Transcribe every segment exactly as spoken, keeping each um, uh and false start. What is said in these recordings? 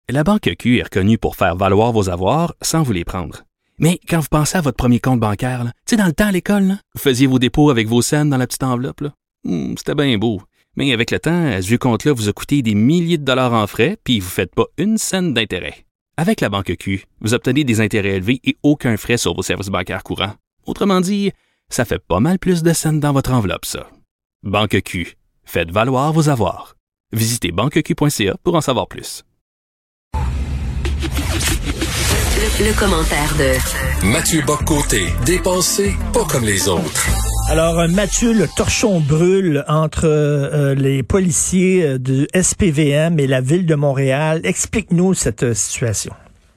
La Banque Q est reconnue pour faire valoir vos avoirs sans vous les prendre. Mais quand vous pensez à votre premier compte bancaire, tu sais, dans le temps à l'école, là, vous faisiez vos dépôts avec vos scènes dans la petite enveloppe. Là. Hum, c'était bien beau. Mais avec le temps, ce vieux compte-là vous a coûté des milliers de dollars en frais, puis vous ne faites pas une scène d'intérêt. Avec la Banque Q, vous obtenez des intérêts élevés et aucun frais sur vos services bancaires courants. Autrement dit, ça fait pas mal plus de scènes dans votre enveloppe, ça. Banque Q. Faites valoir vos avoirs. Visitez banque q point c a pour en savoir plus. Le, le commentaire de Mathieu Bock-Côté, dépensé pas comme les autres. Alors, Mathieu, le torchon brûle entre euh, les policiers du S P V M et la Ville de Montréal. Explique-nous cette euh, situation.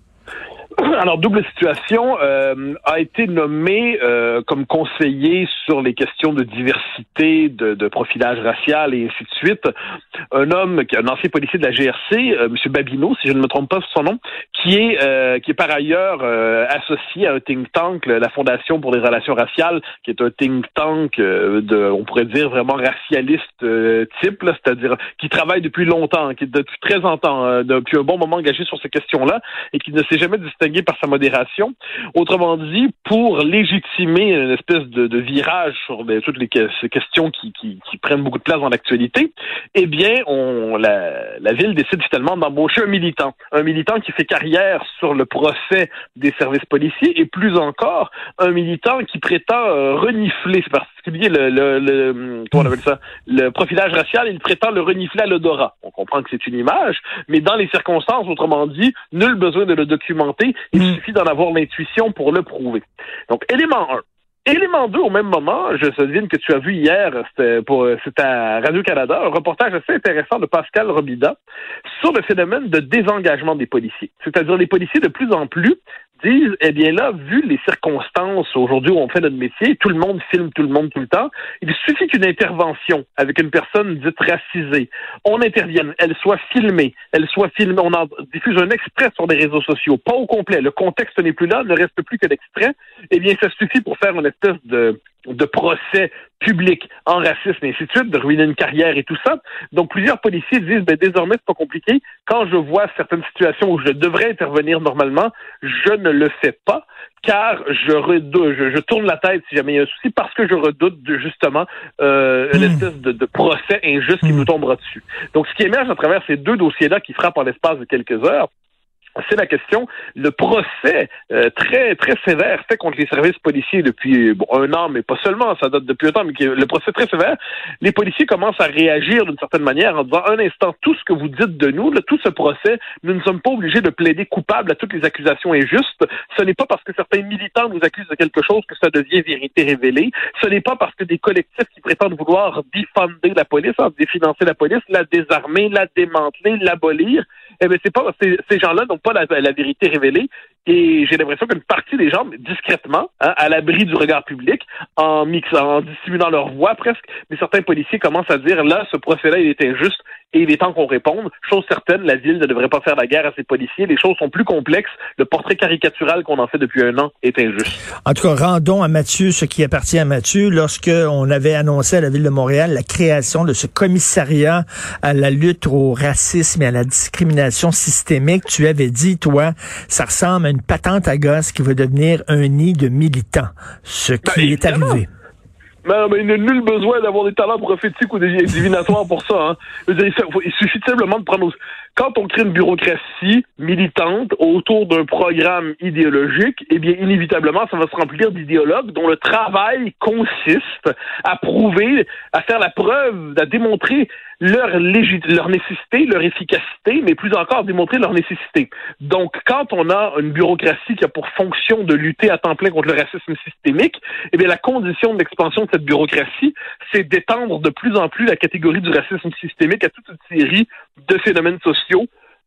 Alors, double situation, euh, a été nommé euh, comme conseiller sur les questions de diversité, de, de profilage racial et ainsi de suite, un homme, un ancien policier de la G R C, euh, M. Babineau, si je ne me trompe pas sur son nom, qui est euh, qui est par ailleurs euh, associé à un think tank, la Fondation pour les relations raciales, qui est un think tank euh, de, on pourrait dire vraiment racialiste euh, type, là, c'est-à-dire qui travaille depuis longtemps, qui est depuis très longtemps, euh, depuis un bon moment engagé sur ces questions-là, et qui ne s'est jamais distingué par sa modération. Autrement dit, pour légitimer une espèce de, de virage sur les, toutes les que, ces questions qui, qui, qui prennent beaucoup de place dans l'actualité, eh bien, on, la, la Ville décide finalement d'embaucher un militant. Un militant qui fait carrière sur le procès des services policiers et plus encore, un militant qui prétend euh, renifler, c'est particulier le, le, le, comment on appelle ça, le profilage racial, il prétend le renifler à l'odorat. On comprend que c'est une image, mais dans les circonstances, autrement dit, nul besoin de le documenter. Il Il suffit d'en avoir l'intuition pour le prouver. Donc, élément un. Élément deux, au même moment, je devine que tu as vu hier, c'était, pour, c'était à Radio-Canada, un reportage assez intéressant de Pascal Robida sur le phénomène de désengagement des policiers. C'est-à-dire les policiers, de plus en plus, disent, eh bien là, vu les circonstances aujourd'hui où on fait notre métier, tout le monde filme tout le monde tout le temps, il suffit qu'une intervention avec une personne dite racisée, on intervienne, elle soit filmée, elle soit filmée, on en diffuse un extrait sur les réseaux sociaux, pas au complet, le contexte n'est plus là, ne reste plus que l'extrait, eh bien ça suffit pour faire une espèce de de procès public en racisme et ainsi de suite, de ruiner une carrière et tout ça. Donc, plusieurs policiers disent, ben, désormais, c'est pas compliqué. Quand je vois certaines situations où je devrais intervenir normalement, je ne le fais pas, car je redoute, je, je tourne la tête si jamais il y a un souci, parce que je redoute de, justement, euh, une espèce de, de procès injuste qui nous tombera dessus. Donc, ce qui émerge à travers ces deux dossiers-là qui frappent en l'espace de quelques heures, c'est la question, le procès euh, très très sévère fait contre les services policiers depuis bon, un an, mais pas seulement, ça date depuis un temps, mais qui, le procès très sévère, les policiers commencent à réagir d'une certaine manière en disant, un instant, tout ce que vous dites de nous, là, tout ce procès, nous ne sommes pas obligés de plaider coupable à toutes les accusations injustes. Ce n'est pas parce que certains militants nous accusent de quelque chose que ça devient vérité révélée. Ce n'est pas parce que des collectifs qui prétendent vouloir défender la police, hein, définancer la police, la désarmer, la démanteler, l'abolir. Eh bien, c'est pas, ces, ces gens-là n'ont pas la, la vérité révélée. Et j'ai l'impression qu'une partie des gens, discrètement, hein, à l'abri du regard public, en mixant, en dissimulant leur voix presque, mais certains policiers commencent à dire, là, ce procès-là, il est injuste et il est temps qu'on réponde. Chose certaine, la Ville ne devrait pas faire la guerre à ses policiers. Les choses sont plus complexes. Le portrait caricatural qu'on en fait depuis un an est injuste. En tout cas, rendons à Mathieu ce qui appartient à Mathieu. Lorsque on avait annoncé à la Ville de Montréal la création de ce commissariat à la lutte au racisme et à la discrimination systémique, tu avais dit, toi, ça ressemble à une patente à gosse qui va devenir un nid de militants. Ce qui ben, est arrivé. Mais, mais il n'a nul besoin d'avoir des talents prophétiques ou des divinatoires pour ça. Hein. Il suffit simplement de prendre... Quand on crée une bureaucratie militante autour d'un programme idéologique, eh bien, inévitablement, ça va se remplir d'idéologues dont le travail consiste à prouver, à faire la preuve, à démontrer leur légit- leur nécessité, leur efficacité, mais plus encore démontrer leur nécessité. Donc, quand on a une bureaucratie qui a pour fonction de lutter à temps plein contre le racisme systémique, eh bien, la condition de l'expansion de cette bureaucratie, c'est d'étendre de plus en plus la catégorie du racisme systémique à toute une série de phénomènes sociaux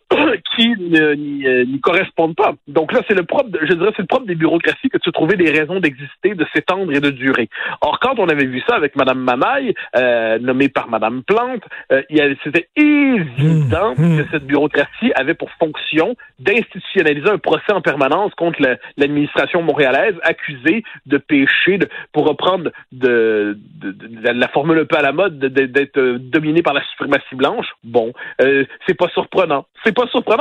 qui ne, n'y, n'y correspondent pas. Donc là, c'est le propre, de, je dirais, c'est le propre des bureaucraties que de se trouver des raisons d'exister, de s'étendre et de durer. Or, quand on avait vu ça avec Madame Mamaille, euh, nommée par Madame Plante, euh, il y avait, c'était évident mmh, mmh. que cette bureaucratie avait pour fonction d'institutionnaliser un procès en permanence contre la, l'administration montréalaise, accusée de péché, de, pour reprendre de, de, de, de la formule un peu à la mode, de, de, d'être dominée par la suprématie blanche. Bon, euh, c'est pas surprenant. C'est pas surprenant.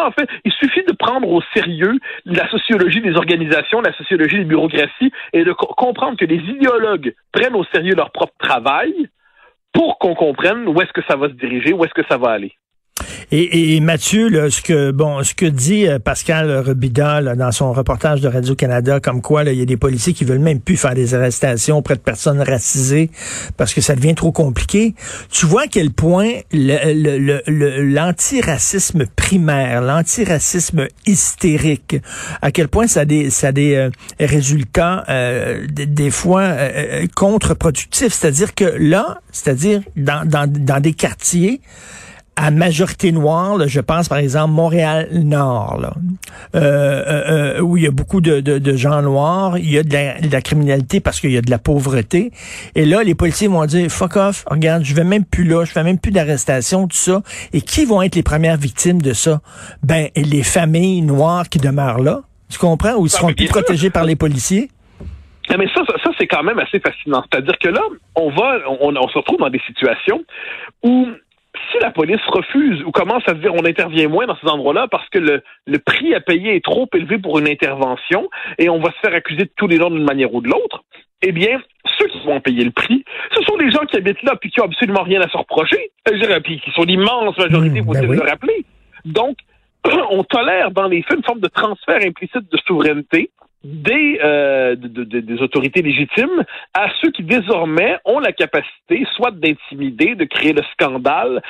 En fait, il suffit de prendre au sérieux la sociologie des organisations, la sociologie des bureaucraties, et de co- comprendre que les idéologues prennent au sérieux leur propre travail pour qu'on comprenne où est-ce que ça va se diriger, où est-ce que ça va aller. Et, et Mathieu, là, ce que bon, ce que dit euh, Pascal Robida là, dans son reportage de Radio-Canada, comme quoi là, il y a des policiers qui veulent même plus faire des arrestations auprès de personnes racisées parce que ça devient trop compliqué. Tu vois à quel point le, le, le, le, l'antiracisme primaire, l'antiracisme hystérique, à quel point ça a des, ça a des euh, résultats euh, des, des fois euh, contre-productifs. C'est-à-dire que là, c'est-à-dire dans, dans, dans des quartiers à majorité noire, là, je pense par exemple Montréal-Nord, là, euh, euh, euh, où il y a beaucoup de, de, de gens noirs, il y a de la, de la criminalité parce qu'il y a de la pauvreté. Et là, les policiers vont dire, fuck off, regarde, je vais même plus là, je fais même plus d'arrestation, tout ça. Et qui vont être les premières victimes de ça? Ben, les familles noires qui demeurent là, tu comprends? Ou ils seront plus protégés par les policiers? Mais ça, ça, ça c'est quand même assez fascinant. C'est-à-dire que là, on va, on, on se retrouve dans des situations où si la police refuse ou commence à se dire on intervient moins dans ces endroits-là parce que le, le prix à payer est trop élevé pour une intervention et on va se faire accuser de tous les noms d'une manière ou de l'autre, eh bien, ceux qui vont payer le prix, ce sont des gens qui habitent là puis qui ont absolument rien à se reprocher, puis qui sont l'immense majorité, mmh, faut ben il oui. le rappeler. Donc, on tolère dans les faits une forme de transfert implicite de souveraineté des, euh, de, de, des autorités légitimes à ceux qui désormais ont la capacité soit d'intimider, de créer le scandale,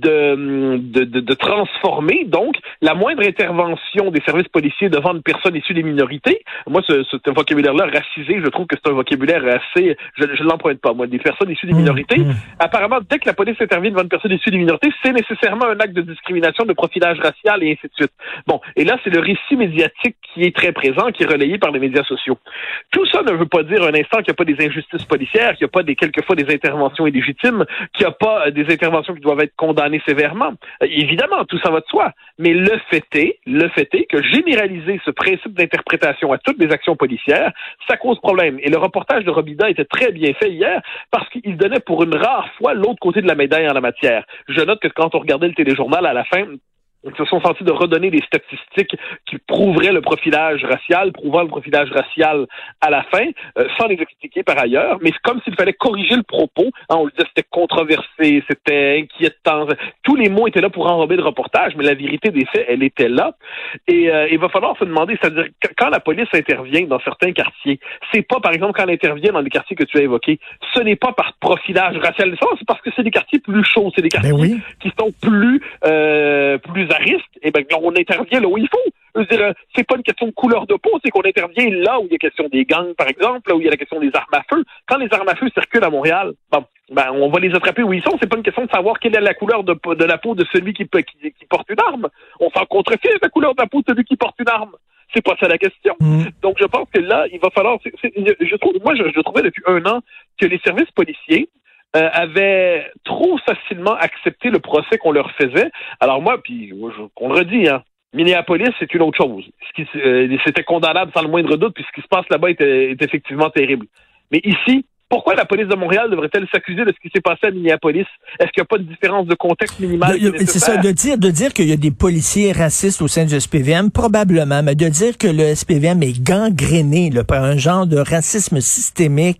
de, de, de, de transformer donc la moindre intervention des services policiers devant une personne issue des minorités. Moi, ce, ce vocabulaire-là racisé, je trouve que c'est un vocabulaire assez, je ne l'emprunte pas, moi, des personnes issues des minorités. Mmh, mmh. Apparemment, dès que la police intervient devant une personne issue des minorités, c'est nécessairement un acte de discrimination, de profilage racial et ainsi de suite. Bon, et là, c'est le récit médiatique qui est très présent, qui est relayé par les médias sociaux. Tout ça ne veut pas dire un instant qu'il n'y a pas des injustices policières, qu'il n'y a pas des, quelquefois des interventions illégitimes, qu'il n'y a pas des interventions qui doivent être condamnées sévèrement. Euh, évidemment, tout ça va de soi. Mais le fait est, le fait est que généraliser ce principe d'interprétation à toutes les actions policières, ça cause problème. Et le reportage de Robida était très bien fait hier parce qu'il donnait pour une rare fois l'autre côté de la médaille en la matière. Je note que quand on regardait le téléjournal à la fin, ils se sont sentis de redonner des statistiques qui prouveraient le profilage racial, prouvant le profilage racial à la fin, euh, sans les expliquer par ailleurs, mais c'est comme s'il fallait corriger le propos. Hein, on le disait, c'était controversé, c'était inquiétant. Tous les mots étaient là pour enrober le reportage, mais la vérité des faits, elle était là. Et euh, il va falloir se demander, c'est-à-dire, quand la police intervient dans certains quartiers, c'est pas, par exemple, quand elle intervient dans les quartiers que tu as évoqués, ce n'est pas par profilage racial, c'est parce que c'est des quartiers plus chauds, c'est des quartiers ben oui. qui sont plus, euh, plus à risque, et ben on intervient là où il faut. Je veux dire, c'est pas une question de couleur de peau, c'est qu'on intervient là où il y a question des gangs, par exemple, là où il y a la question des armes à feu. Quand les armes à feu circulent à Montréal, bon, ben on va les attraper où ils sont. C'est pas une question de savoir quelle est la couleur de, de la peau de celui qui, qui, qui porte une arme. On s'en contrefie avec la couleur de la peau de celui qui porte une arme. C'est pas ça la question. Mmh. Donc je pense que là, il va falloir. C'est, c'est, je trouve, moi, je, je trouvais depuis un an que les services policiers Euh, avaient trop facilement accepté le procès qu'on leur faisait. Alors moi, puis on le redit, hein, Minneapolis, c'est une autre chose. Ce qui, euh, c'était condamnable sans le moindre doute, puis ce qui se passe là-bas est, est effectivement terrible. Mais ici, pourquoi la police de Montréal devrait-elle s'accuser de ce qui s'est passé à Minneapolis? Est-ce qu'il n'y a pas de différence de contexte minimale? De, c'est ça, de dire, de dire qu'il y a des policiers racistes au sein du S P V M, probablement, mais de dire que le S P V M est gangréné là, par un genre de racisme systémique,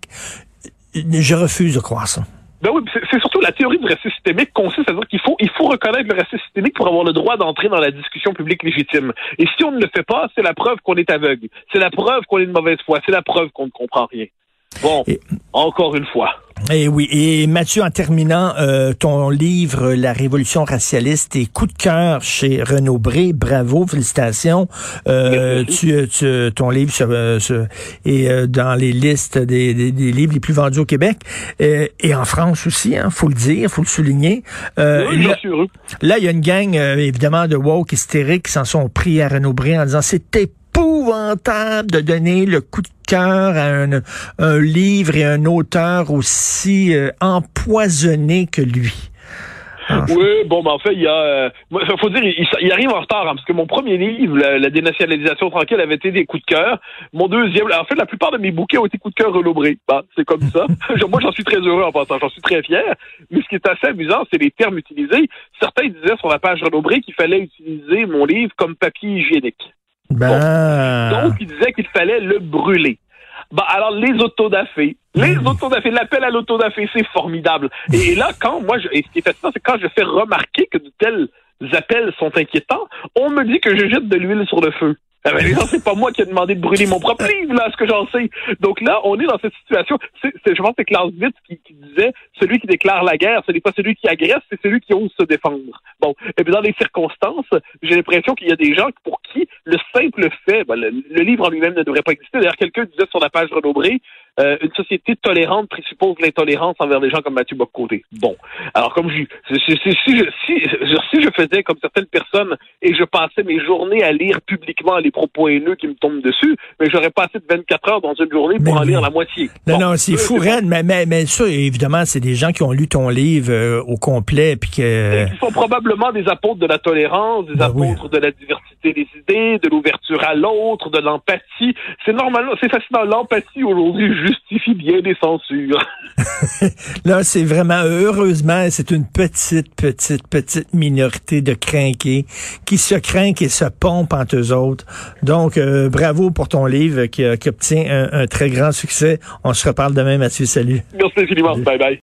je refuse de croire ça. Ben oui, c'est, c'est surtout la théorie du racisme systémique consiste à dire qu'il faut, il faut reconnaître le racisme systémique pour avoir le droit d'entrer dans la discussion publique légitime. Et si on ne le fait pas, c'est la preuve qu'on est aveugle. C'est la preuve qu'on est de mauvaise foi. C'est la preuve qu'on ne comprend rien. Bon, et, encore une fois. Et oui, et Mathieu, en terminant, euh, ton livre, La Révolution racialiste, et coup de cœur chez Renaud Bré, bravo, félicitations. Euh, tu, tu, ton livre se, se, est euh, dans les listes des, des, des livres les plus vendus au Québec, euh, et en France aussi, hein, faut le dire, faut le souligner. Euh, oui, là, sûr. Là, il y a une gang, euh, évidemment, de woke hystériques qui s'en sont pris à Renaud Bré en disant c'était épouvantable de donner le coup de cœur à un, un livre et un auteur aussi euh, empoisonné que lui. Ah. Oui, bon, ben en fait, il y a... Il euh, faut dire, il, il arrive en retard, hein, parce que mon premier livre, la, la dénationalisation tranquille, avait été des coups de cœur. Mon deuxième... En fait, la plupart de mes bouquets ont été coups de cœur Renaud-Bré. Ben, c'est comme ça. Moi, j'en suis très heureux en passant. J'en suis très fier. Mais ce qui est assez amusant, c'est les termes utilisés. Certains disaient sur la page Renaud-Bré qu'il fallait utiliser mon livre comme papier hygiénique. Ben... Bon. Donc, ils disaient qu'il fallait le brûler. Bah alors les autodafés, les mmh. autodafés, l'appel à l'autodafé, c'est formidable. Et, et là, quand moi, je, et ce qui est fascinant, c'est quand je fais remarquer que de tels appels sont inquiétants, on me dit que je jette de l'huile sur le feu. Ah ben, là, c'est pas moi qui ai demandé de brûler mon propre livre, là, ce que j'en sais. Donc là, on est dans cette situation. C'est, c'est, je pense que c'est Clausewitz qui, qui disait, celui qui déclare la guerre, ce n'est pas celui qui agresse, c'est celui qui ose se défendre. Bon, et puis dans les circonstances, j'ai l'impression qu'il y a des gens pour qui le simple fait, ben, le, le livre en lui-même ne devrait pas exister. D'ailleurs, quelqu'un disait sur la page Renaud-Bré, euh, une société tolérante présuppose l'intolérance envers des gens comme Mathieu Bock-Côté. Bon, alors comme je, si, si, si, je, si, si je faisais comme certaines personnes et je passais mes journées à lire publiquement les propos haineux qui me tombent dessus, mais j'aurais passé de vingt-quatre heures dans une journée pour mais en oui. lire la moitié. Non, bon, non, c'est fou, Red, mais, mais, mais ça, évidemment, c'est des gens qui ont lu ton livre euh, au complet, puis que... Ils sont probablement des apôtres de la tolérance, des ben apôtres oui. de la diversité des idées, de l'ouverture à l'autre, de l'empathie. C'est normalement, c'est fascinant. L'empathie, aujourd'hui, justifie bien des censures. Là, c'est vraiment, heureusement, c'est une petite, petite, petite minorité de crinqués qui se crinquent et se pompent entre eux autres. Donc, euh, bravo pour ton livre qui, qui obtient un, un très grand succès. On se reparle demain, Mathieu. Salut. Merci infiniment. Bye bye.